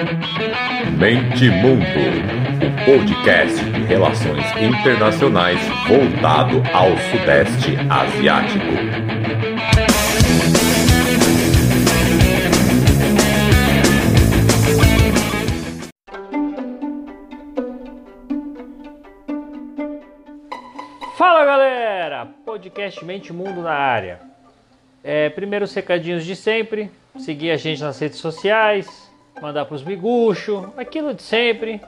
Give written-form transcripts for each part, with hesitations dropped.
Mente Mundo, o podcast de relações internacionais voltado ao Sudeste Asiático. Fala galera, podcast Mente Mundo na área. Primeiro os recadinhos de sempre, seguir a gente nas redes sociais, mandar pros miguxos, aquilo de sempre.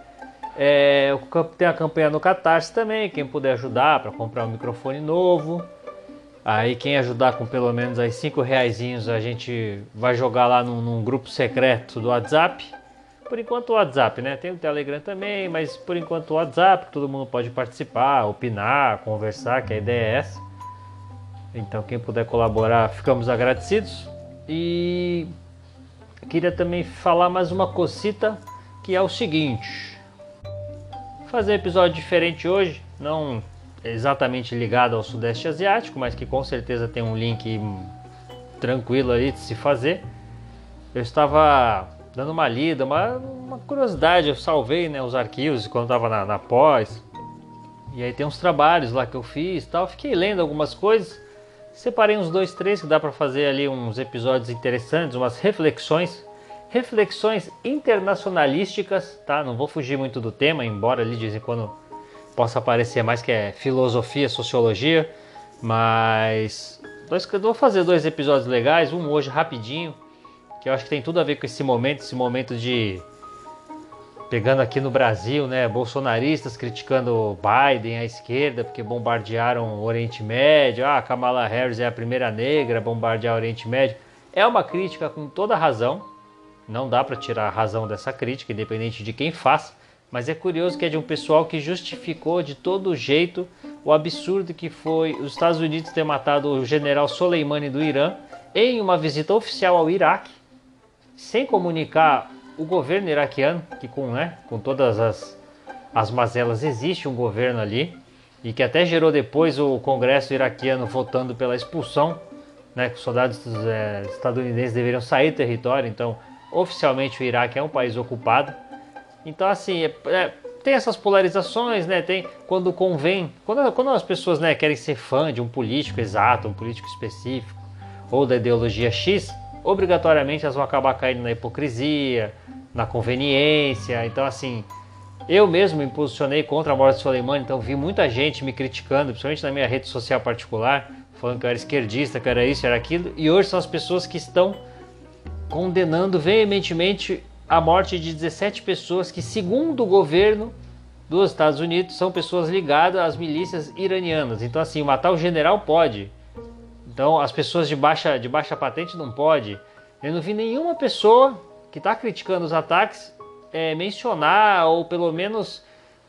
Tem a campanha no Catarse também, quem puder ajudar para comprar um microfone novo. Aí quem ajudar com pelo menos aí R$5 a gente vai jogar lá num grupo secreto do WhatsApp. Por enquanto o WhatsApp, né? Tem o Telegram também, mas por enquanto o WhatsApp, todo mundo pode participar, opinar, conversar, que a ideia é essa. Então quem puder colaborar, ficamos agradecidos. E queria também falar mais uma cosita, que é o seguinte: fazer um episódio diferente hoje, não exatamente ligado ao Sudeste Asiático, mas que com certeza tem um link tranquilo aí de se fazer. Eu estava dando uma lida, uma curiosidade, eu salvei, né, os arquivos quando estava na pós, e aí tem uns trabalhos lá que eu fiz e tal, fiquei lendo algumas coisas, separei uns 2, 3 que dá para fazer ali uns episódios interessantes, umas reflexões internacionalísticas, tá? Não vou fugir muito do tema, embora ali de vez em quando possa parecer mais que é filosofia, sociologia, mas vou fazer 2 episódios legais, um hoje rapidinho, que eu acho que tem tudo a ver com esse momento de, pegando aqui no Brasil, né, bolsonaristas criticando Biden, a esquerda, porque bombardearam o Oriente Médio, Kamala Harris é a primeira negra a bombardear o Oriente Médio. É uma crítica com toda razão, não dá para tirar a razão dessa crítica, independente de quem faça, mas é curioso que é de um pessoal que justificou de todo jeito o absurdo que foi os Estados Unidos ter matado o general Soleimani do Irã em uma visita oficial ao Iraque, sem comunicar o governo iraquiano, que com todas as mazelas existe um governo ali, e que até gerou depois o Congresso iraquiano votando pela expulsão, né, que os soldados estadunidenses deveriam sair do território. Então oficialmente o Iraque é um país ocupado. Então assim, tem essas polarizações, né? Tem quando convém, quando as pessoas, né, querem ser fã de um político exato, um político específico, ou da ideologia X, obrigatoriamente elas vão acabar caindo na hipocrisia, na conveniência. Então assim, eu mesmo me posicionei contra a morte de Soleimani, então vi muita gente me criticando, principalmente na minha rede social particular, falando que eu era esquerdista, que eu era isso, era aquilo, e hoje são as pessoas que estão condenando veementemente a morte de 17 pessoas que, segundo o governo dos Estados Unidos, são pessoas ligadas às milícias iranianas. Então assim, matar o general pode, então as pessoas de baixa patente não pode. Eu não vi nenhuma pessoa que está criticando os ataques mencionar, ou pelo menos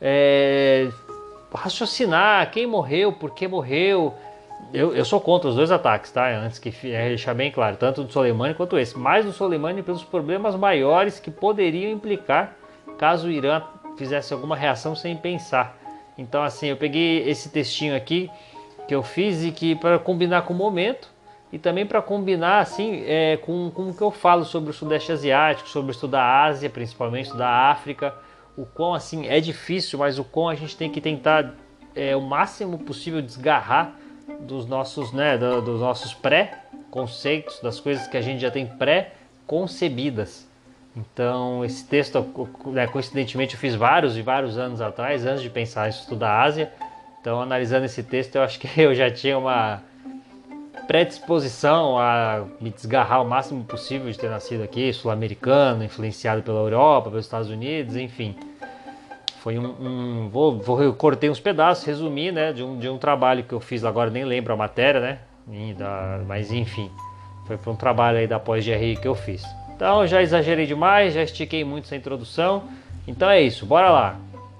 raciocinar quem morreu, por que morreu. Eu sou contra os 2 ataques, tá? Antes que deixar bem claro, tanto do Soleimani quanto esse. Mais do Soleimani pelos problemas maiores que poderiam implicar caso o Irã fizesse alguma reação sem pensar. Então assim, eu peguei esse textinho aqui que eu fiz, e que para combinar com o momento, e também para combinar assim com o que eu falo sobre o Sudeste Asiático, sobre estudar a Ásia, principalmente estudar a África, o quão assim é difícil, mas o quão a gente tem que tentar o máximo possível desgarrar dos nossos, né, dos nossos pré-conceitos, das coisas que a gente já tem pré-concebidas. Então esse texto, né, coincidentemente eu fiz vários e vários anos atrás, antes de pensar em estudar a Ásia. Então, analisando esse texto, eu acho que eu já tinha uma predisposição a me desgarrar o máximo possível de ter nascido aqui, sul-americano, influenciado pela Europa, pelos Estados Unidos, enfim. Foi eu cortei uns pedaços, resumi, né, de um trabalho que eu fiz, agora nem lembro a matéria, né, mas enfim, foi para um trabalho aí da pós-GRI que eu fiz. Então, já exagerei demais, já estiquei muito essa introdução, então é isso, bora lá!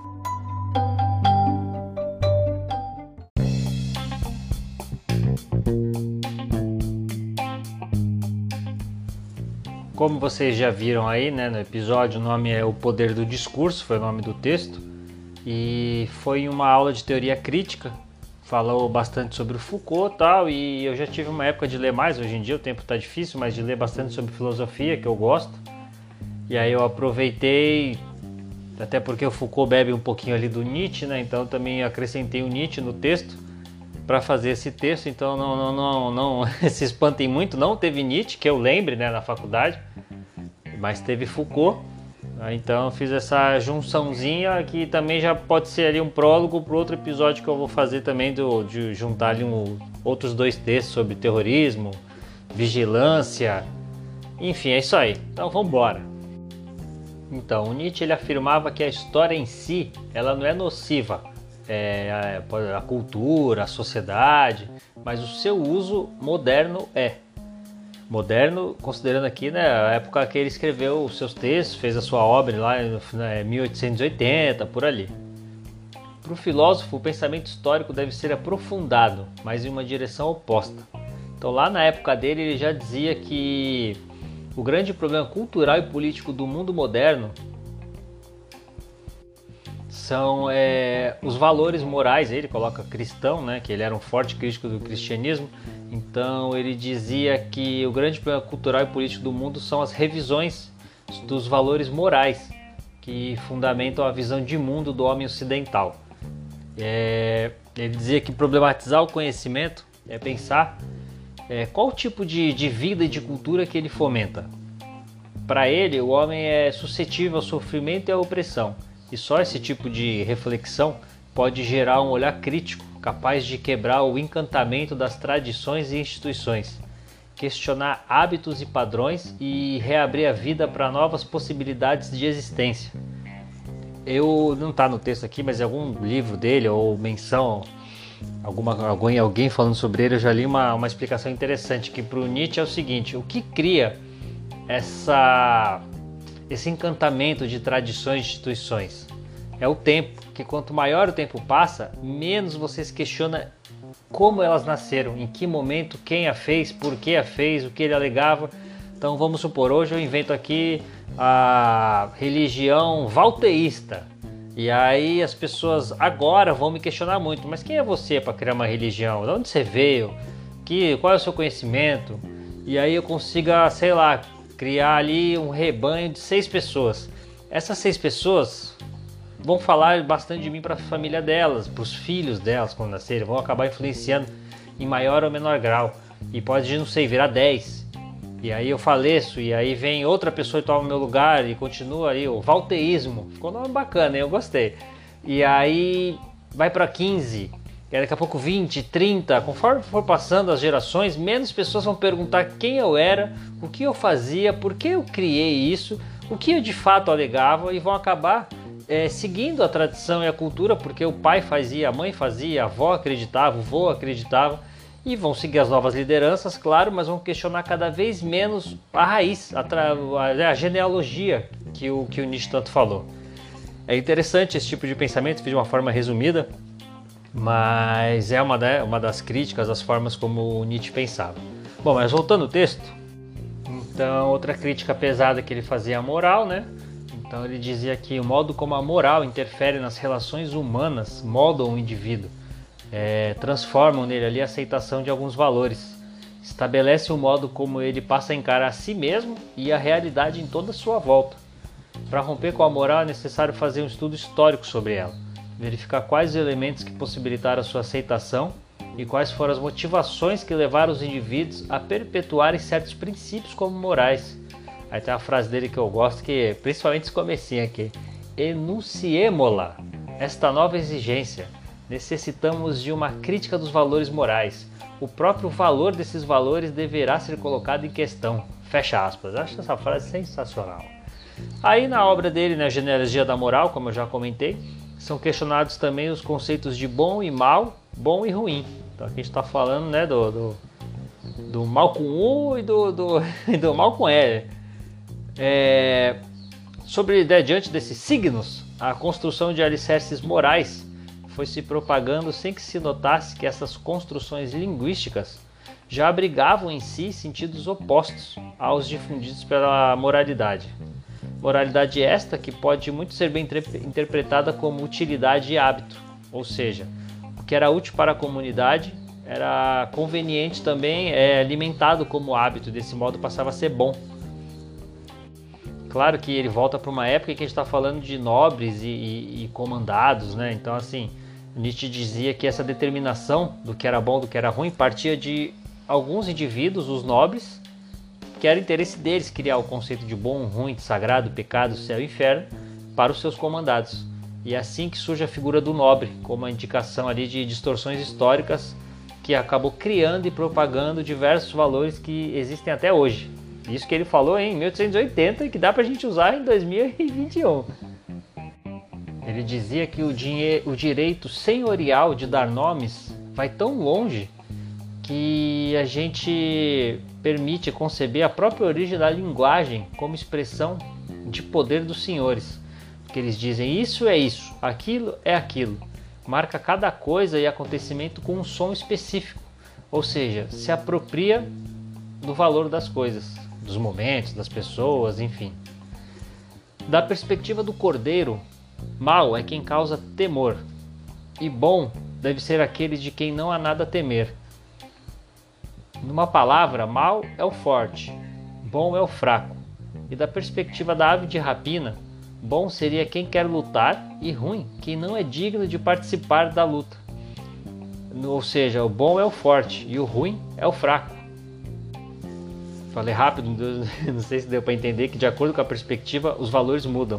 Como vocês já viram aí, né, no episódio, o nome é O Poder do Discurso, foi o nome do texto, e foi uma aula de teoria crítica falou bastante sobre o Foucault e tal, e eu já tive uma época de ler mais, hoje em dia o tempo está difícil, mas de ler bastante sobre filosofia, que eu gosto. E aí eu aproveitei, até porque o Foucault bebe um pouquinho ali do Nietzsche, né? Então também acrescentei o Nietzsche no texto para fazer esse texto. Então não se espantem muito, não teve Nietzsche, que eu lembre, né, na faculdade, mas teve Foucault. Então eu fiz essa junçãozinha que também já pode ser ali um prólogo para outro episódio que eu vou fazer também, de juntar ali outros 2 textos sobre terrorismo, vigilância, enfim, é isso aí. Então vamos embora. Então, o Nietzsche ele afirmava que a história em si, ela não é nociva, a cultura, a sociedade, mas o seu uso moderno é. Moderno, considerando aqui, né, a época que ele escreveu os seus textos, fez a sua obra lá em 1880, por ali. Para o filósofo, o pensamento histórico deve ser aprofundado, mas em uma direção oposta. Então, lá na época dele, ele já dizia que o grande problema cultural e político do mundo moderno são os valores morais. Ele coloca cristão, né, que ele era um forte crítico do cristianismo. Então ele dizia que o grande problema cultural e político do mundo são as revisões dos valores morais que fundamentam a visão de mundo do homem ocidental. Ele dizia que problematizar o conhecimento é pensar qual tipo de vida e de cultura que ele fomenta. Para ele, o homem é suscetível ao sofrimento e à opressão, e só esse tipo de reflexão pode gerar um olhar crítico, capaz de quebrar o encantamento das tradições e instituições, questionar hábitos e padrões e reabrir a vida para novas possibilidades de existência. Não está no texto aqui, mas em algum livro dele ou menção, alguém falando sobre ele, eu já li uma explicação interessante, que para o Nietzsche é o seguinte: o que cria esse encantamento de tradições e instituições é o tempo, que quanto maior o tempo passa, menos você se questiona como elas nasceram, em que momento, quem a fez, por que a fez, o que ele alegava. Então vamos supor, hoje eu invento aqui a religião valteísta, e aí as pessoas agora vão me questionar muito: mas quem é você para criar uma religião? De onde você veio? Qual é o seu conhecimento? E aí eu consiga, sei lá, criar ali um rebanho de 6 pessoas. Essas 6 pessoas vão falar bastante de mim para a família delas, para os filhos delas quando nascerem, vão acabar influenciando em maior ou menor grau. E pode, não sei, virar 10. E aí eu faleço, e aí vem outra pessoa e toma o meu lugar e continua aí o valteísmo. Ficou um nome bacana, hein? Eu gostei. E aí vai para 15, e daqui a pouco 20, 30, conforme for passando as gerações, menos pessoas vão perguntar quem eu era, o que eu fazia, por que eu criei isso, o que eu de fato alegava, e vão acabar seguindo a tradição e a cultura, porque o pai fazia, a mãe fazia, a avó acreditava, o vô acreditava, e vão seguir as novas lideranças, claro, mas vão questionar cada vez menos a raiz, a genealogia que o Nietzsche tanto falou. É interessante esse tipo de pensamento, fiz de uma forma resumida, mas é uma das críticas às formas como o Nietzsche pensava. Bom, mas voltando ao texto, então outra crítica pesada que ele fazia à moral, né? Então ele dizia que o modo como a moral interfere nas relações humanas moldam o indivíduo, transformam nele ali a aceitação de alguns valores, estabelece o modo como ele passa a encarar a si mesmo e a realidade em toda a sua volta. Para romper com a moral é necessário fazer um estudo histórico sobre ela, verificar quais os elementos que possibilitaram a sua aceitação e quais foram as motivações que levaram os indivíduos a perpetuarem certos princípios como morais. Aí tem uma frase dele que eu gosto, que principalmente esse comecinho aqui: enunciemo-la, esta nova exigência. Necessitamos de uma crítica dos valores morais. O próprio valor desses valores deverá ser colocado em questão. Fecha aspas. Acho essa frase sensacional. Aí na obra dele, na Genealogia da Moral, como eu já comentei, são questionados também os conceitos de bom e mal, bom e ruim. Então aqui a gente está falando, né, do mal com U e do mal com L. Diante desses signos, a construção de alicerces morais foi se propagando sem que se notasse que essas construções linguísticas já abrigavam em si sentidos opostos aos difundidos pela moralidade. Moralidade esta que pode muito ser bem interpretada como utilidade e hábito, ou seja, o que era útil para a comunidade era conveniente também, alimentado como hábito, desse modo passava a ser bom. claro que ele volta para uma época em que a gente está falando de nobres e comandados, né? Então, assim, Nietzsche dizia que essa determinação do que era bom, do que era ruim, partia de alguns indivíduos, os nobres, que era interesse deles criar o conceito de bom, ruim, de sagrado, pecado, céu e inferno para os seus comandados. E é assim que surge a figura do nobre, como uma indicação ali de distorções históricas que acabou criando e propagando diversos valores que existem até hoje. Isso que ele falou em 1880 e que dá pra gente usar em 2021. Ele dizia que o direito senhorial de dar nomes vai tão longe que a gente permite conceber a própria origem da linguagem como expressão de poder dos senhores. Porque eles dizem isso é isso, aquilo é aquilo. Marca cada coisa e acontecimento com um som específico. Ou seja, se apropria do valor das coisas, dos momentos, das pessoas, enfim. Da perspectiva do cordeiro, mal é quem causa temor, e bom deve ser aquele de quem não há nada a temer. Numa palavra, mal é o forte, bom é o fraco. E da perspectiva da ave de rapina, bom seria quem quer lutar e ruim quem não é digno de participar da luta. Ou seja, o bom é o forte e o ruim é o fraco. Falei rápido, não sei se deu para entender que de acordo com a perspectiva os valores mudam.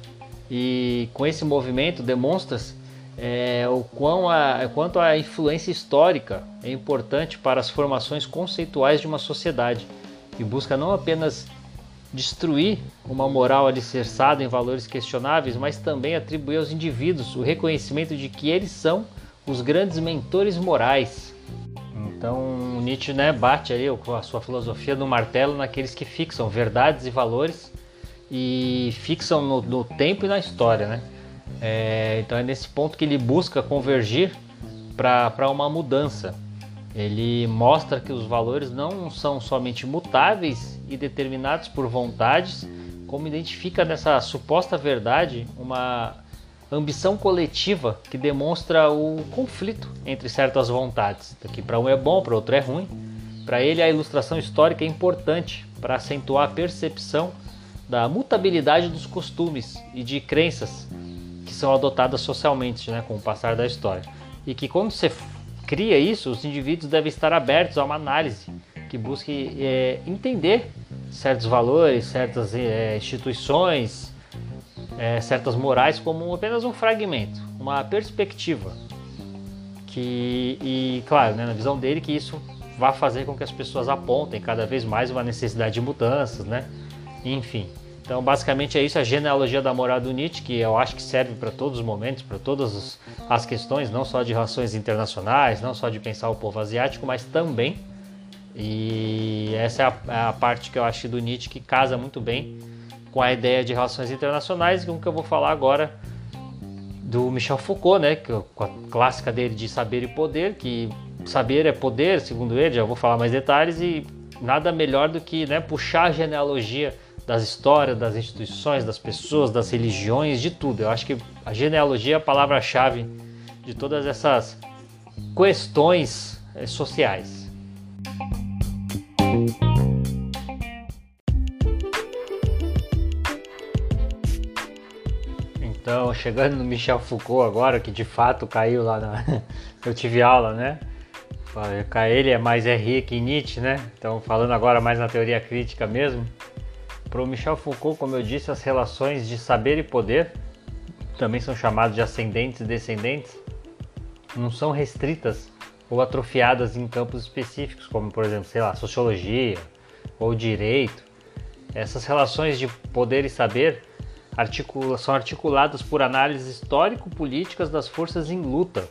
E com esse movimento demonstra-se o quanto a influência histórica é importante para as formações conceituais de uma sociedade, que busca não apenas destruir uma moral alicerçada em valores questionáveis, mas também atribuir aos indivíduos o reconhecimento de que eles são os grandes mentores morais. Então Nietzsche, bate ali com a sua filosofia no martelo naqueles que fixam verdades e valores e fixam no tempo e na história, né? Então é nesse ponto que ele busca convergir para uma mudança. Ele mostra que os valores não são somente mutáveis e determinados por vontades, como identifica nessa suposta verdade uma ambição coletiva que demonstra o conflito entre certas vontades, que para um é bom, para outro é ruim. Para ele, a ilustração histórica é importante para acentuar a percepção da mutabilidade dos costumes e de crenças que são adotadas socialmente, com o passar da história. E que quando você cria isso, os indivíduos devem estar abertos a uma análise que busque entender certos valores, certas instituições, certas morais como apenas um fragmento, uma perspectiva. E claro, na visão dele, que isso vai fazer com que as pessoas apontem cada vez mais uma necessidade de mudanças, Enfim. Então, basicamente é isso, a genealogia da moral do Nietzsche, que eu acho que serve para todos os momentos, para todas as questões, não só de relações internacionais, não só de pensar o povo asiático, mas também. E essa é a parte que eu acho do Nietzsche que casa muito bem com a ideia de relações internacionais, com o que eu vou falar agora do Michel Foucault, com a clássica dele de saber e poder, que saber é poder, segundo ele, já vou falar mais detalhes, e nada melhor do que puxar a genealogia das histórias, das instituições, das pessoas, das religiões, de tudo. Eu acho que a genealogia é a palavra-chave de todas essas questões sociais. Então, chegando no Michel Foucault agora, que de fato caiu lá eu tive aula, Ele é mais RI que Nietzsche, Então, falando agora mais na teoria crítica mesmo. Para o Michel Foucault, como eu disse, as relações de saber e poder, também são chamadas de ascendentes e descendentes, não são restritas ou atrofiadas em campos específicos, como, por exemplo, sociologia ou direito. Essas relações de poder e saber são articuladas por análises histórico-políticas das forças em luta.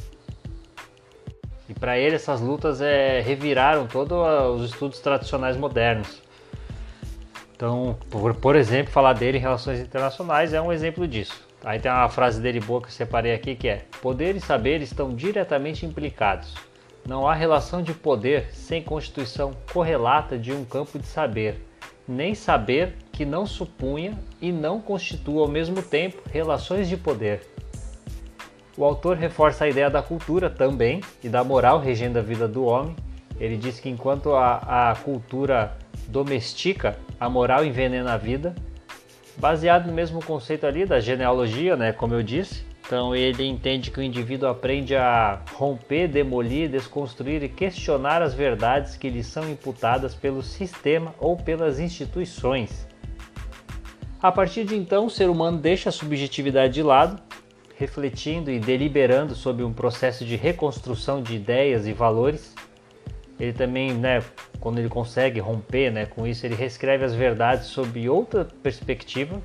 E para ele, essas lutas reviraram todos os estudos tradicionais modernos. Então, por exemplo, falar dele em relações internacionais é um exemplo disso. Aí tem uma frase dele boa que eu separei aqui, que é: poder e saber estão diretamente implicados. Não há relação de poder sem constituição correlata de um campo de saber, nem saber que não supunha e não constitua ao mesmo tempo relações de poder. O autor reforça a ideia da cultura também e da moral regendo a vida do homem. Ele diz que enquanto a cultura domestica, a moral envenena a vida, Baseado no mesmo conceito ali da genealogia, né, como eu disse. Então ele entende que o indivíduo aprende a romper, demolir, desconstruir e questionar as verdades que lhe são imputadas pelo sistema ou pelas instituições. A partir de então, o ser humano deixa a subjetividade de lado, refletindo e deliberando sobre um processo de reconstrução de ideias e valores. Ele também, né, quando ele consegue romper, né, com isso, ele reescreve as verdades sob outra perspectiva.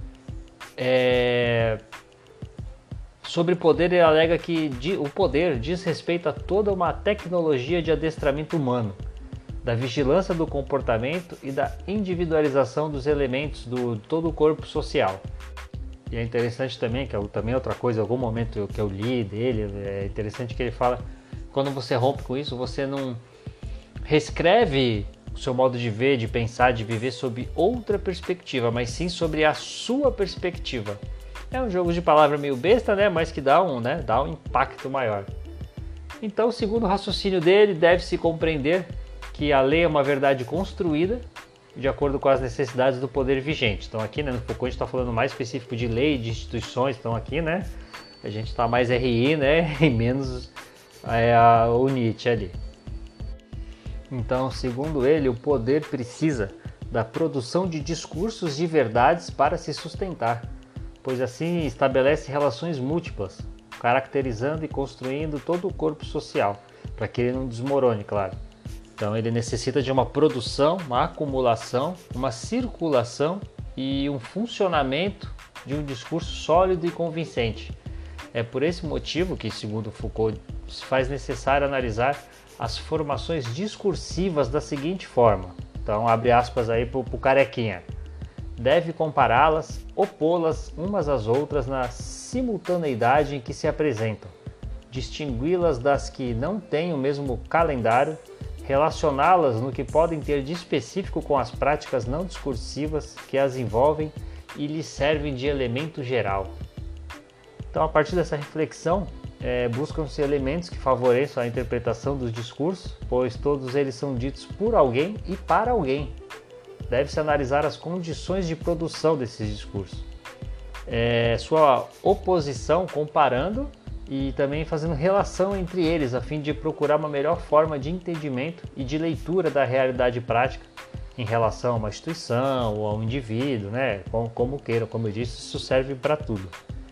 Sobre poder, ele alega que o poder diz respeito a toda uma tecnologia de adestramento humano, da vigilância do comportamento e da individualização dos elementos do todo o corpo social. E é interessante também, que também outra coisa, em algum momento que eu li dele, é interessante que ele fala, quando você rompe com isso, você não reescreve o seu modo de ver, de pensar, de viver sob outra perspectiva, mas sim sobre a sua perspectiva. É um jogo de palavra meio besta, né, mas que dá um impacto maior. Então, segundo o raciocínio dele, deve-se compreender que a lei é uma verdade construída de acordo com as necessidades do poder vigente. Então aqui, né, no Foucault a gente está falando mais específico de lei, de instituições. Então aqui, né, a gente está mais RI, né, e menos o Nietzsche ali. Então, segundo ele, o poder precisa da produção de discursos de verdades para se sustentar, pois assim estabelece relações múltiplas, caracterizando e construindo todo o corpo social, para que ele não desmorone, claro. Então ele necessita de uma produção, uma acumulação, uma circulação e um funcionamento de um discurso sólido e convincente. É por esse motivo que, segundo Foucault, se faz necessário analisar as formações discursivas da seguinte forma. Então abre aspas aí pro carequinha. Deve compará-las, opô-las umas às outras na simultaneidade em que se apresentam, distingui-las das que não têm o mesmo calendário, relacioná-las no que podem ter de específico com as práticas não discursivas que as envolvem e lhes servem de elemento geral. Então, a partir dessa reflexão, buscam-se elementos que favoreçam a interpretação dos discursos, pois todos eles são ditos por alguém e para alguém. Deve-se analisar as condições de produção desses discursos, sua oposição comparando e também fazendo relação entre eles, a fim de procurar uma melhor forma de entendimento e de leitura da realidade prática em relação a uma instituição ou a um indivíduo, né? Como queiram, como eu disse, isso serve para tudo.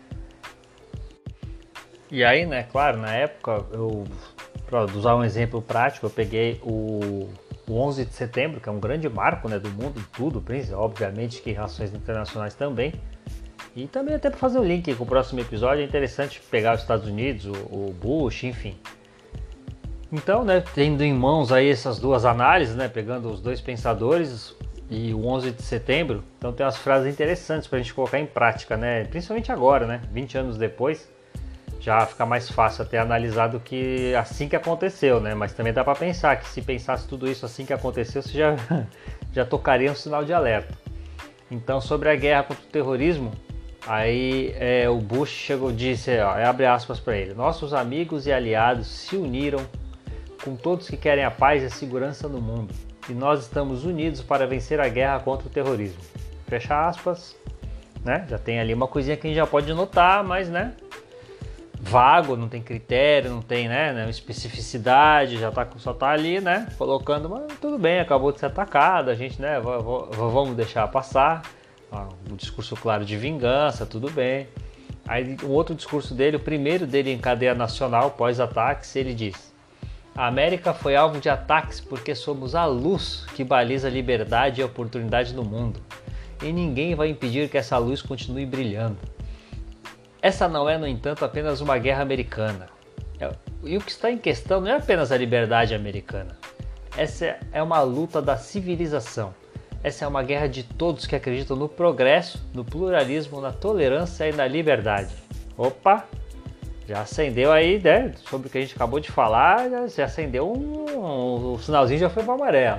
E aí, né, claro, na época, para usar um exemplo prático, eu peguei o 11 de setembro, que é um grande marco, né, do mundo em tudo, obviamente que em relações internacionais também. E também até para fazer um link com o próximo episódio, é interessante pegar os Estados Unidos, o Bush, enfim. Então, né, tendo em mãos aí essas duas análises, né, pegando os dois pensadores e o 11 de setembro, então tem umas frases interessantes para a gente colocar em prática, né, principalmente agora, né, 20 anos depois, já fica mais fácil até analisar do que assim que aconteceu, né, mas também dá para pensar que se pensasse tudo isso assim que aconteceu, você já tocaria um sinal de alerta. Então, sobre a guerra contra o terrorismo, aí o Bush disse, abre aspas para ele, nossos amigos e aliados se uniram com todos que querem a paz e a segurança no mundo, e nós estamos unidos para vencer a guerra contra o terrorismo. Fecha aspas, né? Já tem ali uma coisinha que a gente já pode notar, mas, né, vago, não tem critério, não tem, né, especificidade, só tá ali, né, colocando, mas tudo bem, acabou de ser atacado, a gente, né, vamos deixar passar. Um discurso claro de vingança, tudo bem. Aí o outro discurso dele, o primeiro dele em cadeia nacional, pós-ataques, ele diz: a América foi alvo de ataques porque somos a luz que baliza a liberdade e a oportunidade no mundo. E ninguém vai impedir que essa luz continue brilhando. Essa não é, no entanto, apenas uma guerra americana. E o que está em questão não é apenas a liberdade americana. Essa é uma luta da civilização. Essa é uma guerra de todos que acreditam no progresso, no pluralismo, na tolerância e na liberdade. Opa! Já acendeu aí, né? Sobre o que a gente acabou de falar, já acendeu o sinalzinho, já foi para o amarelo.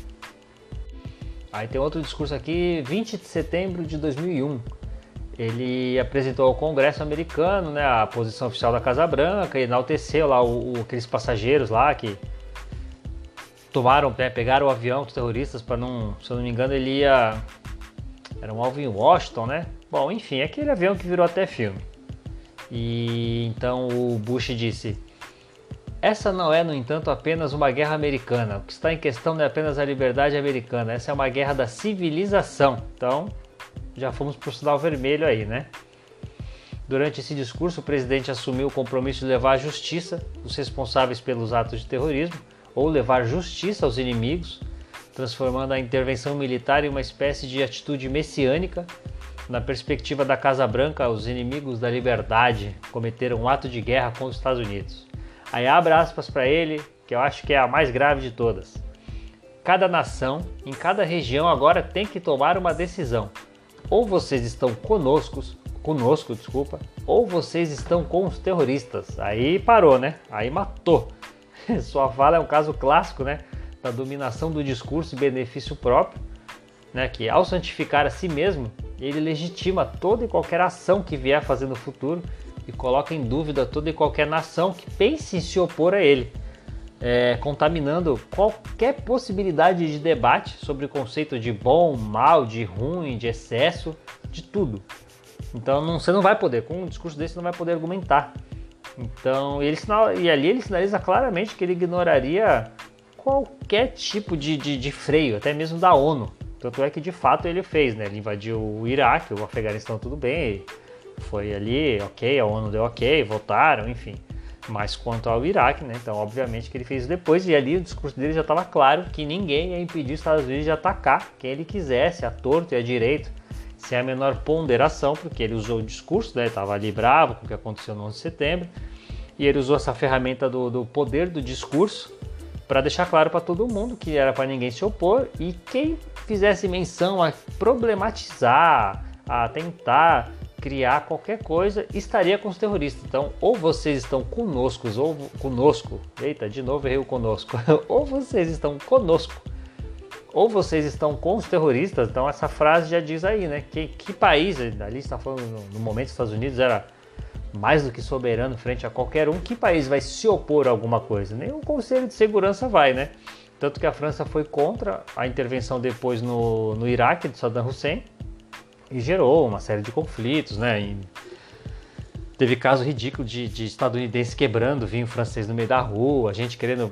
Aí tem outro discurso aqui, 20 de setembro de 2001. Ele apresentou ao Congresso americano, né, a posição oficial da Casa Branca e enalteceu lá aqueles passageiros lá que pegaram o avião dos terroristas para não, se eu não me engano, ele ia Era um alvo em Washington, né? Bom, enfim, aquele avião que virou até filme. E então o Bush disse: essa não é, no entanto, apenas uma guerra americana. O que está em questão não é apenas a liberdade americana. Essa é uma guerra da civilização. Então, já fomos para o sinal vermelho aí, né? Durante esse discurso, o presidente assumiu o compromisso de levar à justiça os responsáveis pelos atos de terrorismo, ou levar justiça aos inimigos, transformando a intervenção militar em uma espécie de atitude messiânica. Na perspectiva da Casa Branca, os inimigos da liberdade cometeram um ato de guerra contra os Estados Unidos. Aí abre aspas para ele, que eu acho que é a mais grave de todas. Cada nação, em cada região, agora tem que tomar uma decisão. Ou vocês estão conosco, ou vocês estão com os terroristas. Aí parou, né? Aí matou. Sua fala é um caso clássico, né? Da dominação do discurso e benefício próprio, né? Que ao santificar a si mesmo, ele legitima toda e qualquer ação que vier a fazer no futuro e coloca em dúvida toda e qualquer nação que pense em se opor a ele, contaminando qualquer possibilidade de debate sobre o conceito de bom, mal, de ruim, de excesso, de tudo. Então você não vai poder, com um discurso desse, você não vai poder argumentar. Então, ali ele sinaliza claramente que ele ignoraria qualquer tipo de freio, até mesmo da ONU. Tanto é que de fato ele fez, né? Ele invadiu o Iraque, o Afeganistão, tudo bem, foi ali, ok, a ONU deu ok, votaram, enfim. Mas quanto ao Iraque, né? Então, obviamente que ele fez depois, e ali o discurso dele já estava claro que ninguém ia impedir os Estados Unidos de atacar quem ele quisesse, a torto e a direito, sem a menor ponderação, porque ele usou o discurso, né? Estava ali bravo com o que aconteceu no 11 de setembro, e ele usou essa ferramenta do poder do discurso para deixar claro para todo mundo que era para ninguém se opor, e quem fizesse menção a problematizar, a tentar criar qualquer coisa, estaria com os terroristas. Então, ou vocês estão conosco, eita, de novo errei o conosco, ou vocês estão conosco, ou vocês estão com os terroristas. Então essa frase já diz aí, né? Que país, ali está falando no momento, os Estados Unidos era mais do que soberano frente a qualquer um. Que país vai se opor a alguma coisa? Nem o Conselho de Segurança vai, né? Tanto que a França foi contra a intervenção depois no Iraque de Saddam Hussein e gerou uma série de conflitos, né? E teve caso ridículo de estadunidense quebrando vinho francês no meio da rua, a gente querendo...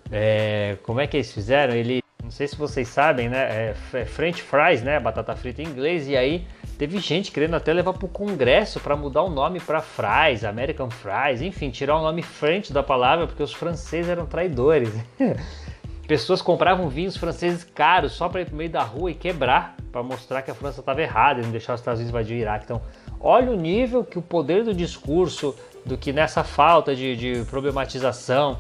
como é que eles fizeram? Não sei se vocês sabem, né? French fries, né? Batata frita em inglês. E aí teve gente querendo até levar para o Congresso para mudar o nome para fries, American fries, enfim, tirar o nome French da palavra porque os franceses eram traidores. Pessoas compravam vinhos franceses caros só para ir para o meio da rua e quebrar, para mostrar que a França estava errada e não deixar os Estados Unidos invadir o Iraque. Então, olha o nível que o poder do discurso, do que nessa falta de problematização,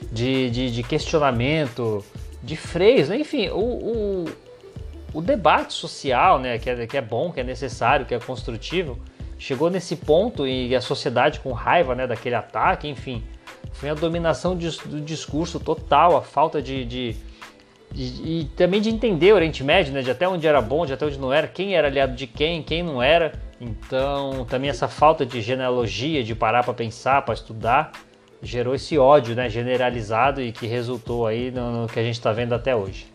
de questionamento, de freios, né? Enfim, o debate social, né, que é bom, que é necessário, que é construtivo, chegou nesse ponto e a sociedade com raiva, né, daquele ataque, enfim, foi a dominação do discurso total, a falta e também de entender o Oriente Médio, né, de até onde era bom, de até onde não era, quem era aliado de quem não era. Então também essa falta de genealogia, de parar para pensar, para estudar, gerou esse ódio, né, generalizado e que resultou aí no que a gente está vendo até hoje.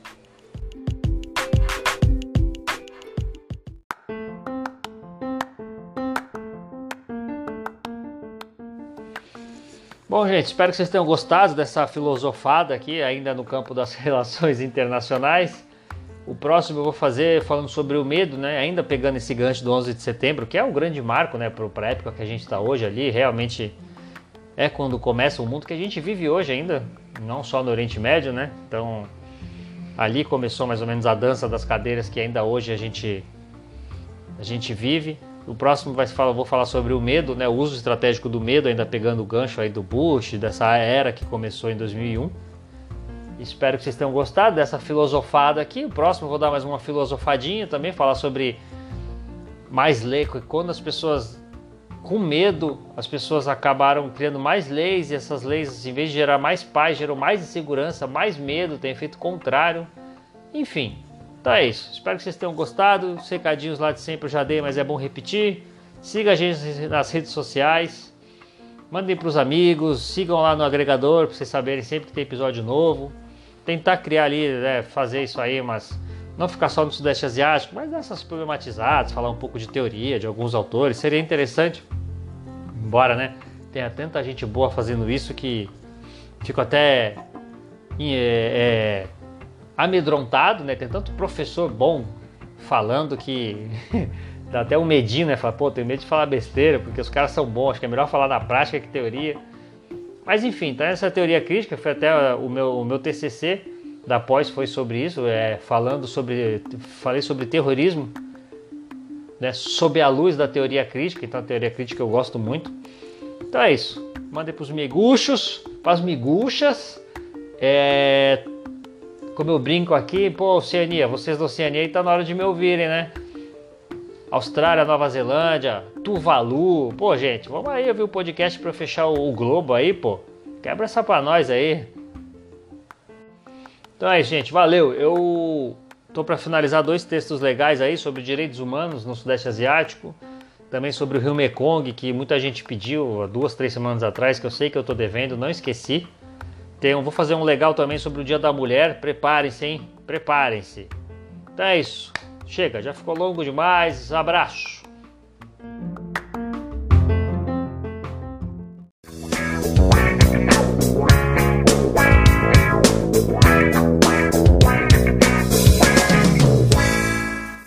Bom, gente, espero que vocês tenham gostado dessa filosofada aqui, ainda no campo das relações internacionais. O próximo eu vou fazer falando sobre o medo, né? Ainda pegando esse gancho do 11 de setembro, que é um grande marco, né, para a época que a gente está hoje ali. Realmente é quando começa o mundo que a gente vive hoje ainda, não só no Oriente Médio, né? Então, ali começou mais ou menos a dança das cadeiras que ainda hoje a gente vive. O próximo vou falar sobre o medo, né? O uso estratégico do medo, ainda pegando o gancho aí do Bush, dessa era que começou em 2001. Espero que vocês tenham gostado dessa filosofada aqui. O próximo eu vou dar mais uma filosofadinha também, falar sobre mais lei, quando as pessoas com medo, as pessoas acabaram criando mais leis, e essas leis, em vez de gerar mais paz, geram mais insegurança, mais medo, tem efeito contrário. Enfim, então é isso. Espero que vocês tenham gostado. Os recadinhos lá de sempre eu já dei, mas é bom repetir. Siga a gente nas redes sociais, mandem para os amigos, sigam lá no agregador para vocês saberem sempre que tem episódio novo. Tentar criar ali, né, fazer isso aí, umas não ficar só no Sudeste Asiático, mas dessas problematizadas, falar um pouco de teoria de alguns autores, seria interessante. Embora, né, tenha tanta gente boa fazendo isso que fico até amedrontado, né? Tem tanto professor bom falando que dá até um medinho, né? Fala, pô, tenho medo de falar besteira, porque os caras são bons, acho que é melhor falar na prática que teoria. Mas enfim, então essa teoria crítica foi até o meu TCC da pós foi sobre isso, falei sobre terrorismo, né, sob a luz da teoria crítica. Então a teoria crítica eu gosto muito. Então é isso, mandei pros miguxos, pras miguxas, como eu brinco aqui, pô, Oceania, vocês da Oceania aí tá na hora de me ouvirem, né? Austrália, Nova Zelândia, Tuvalu, pô, gente, vamos aí ouvir o podcast pra fechar o globo aí, pô, quebra essa pra nós aí. Então é isso, gente, valeu. Eu tô para finalizar 2 textos legais aí sobre direitos humanos no Sudeste Asiático, também sobre o Rio Mekong, que muita gente pediu há 2, 3 semanas atrás, que eu sei que eu tô devendo, não esqueci. Vou fazer um legal também sobre o Dia da Mulher, preparem-se, hein? Preparem-se. Então é isso, chega, já ficou longo demais, abraço.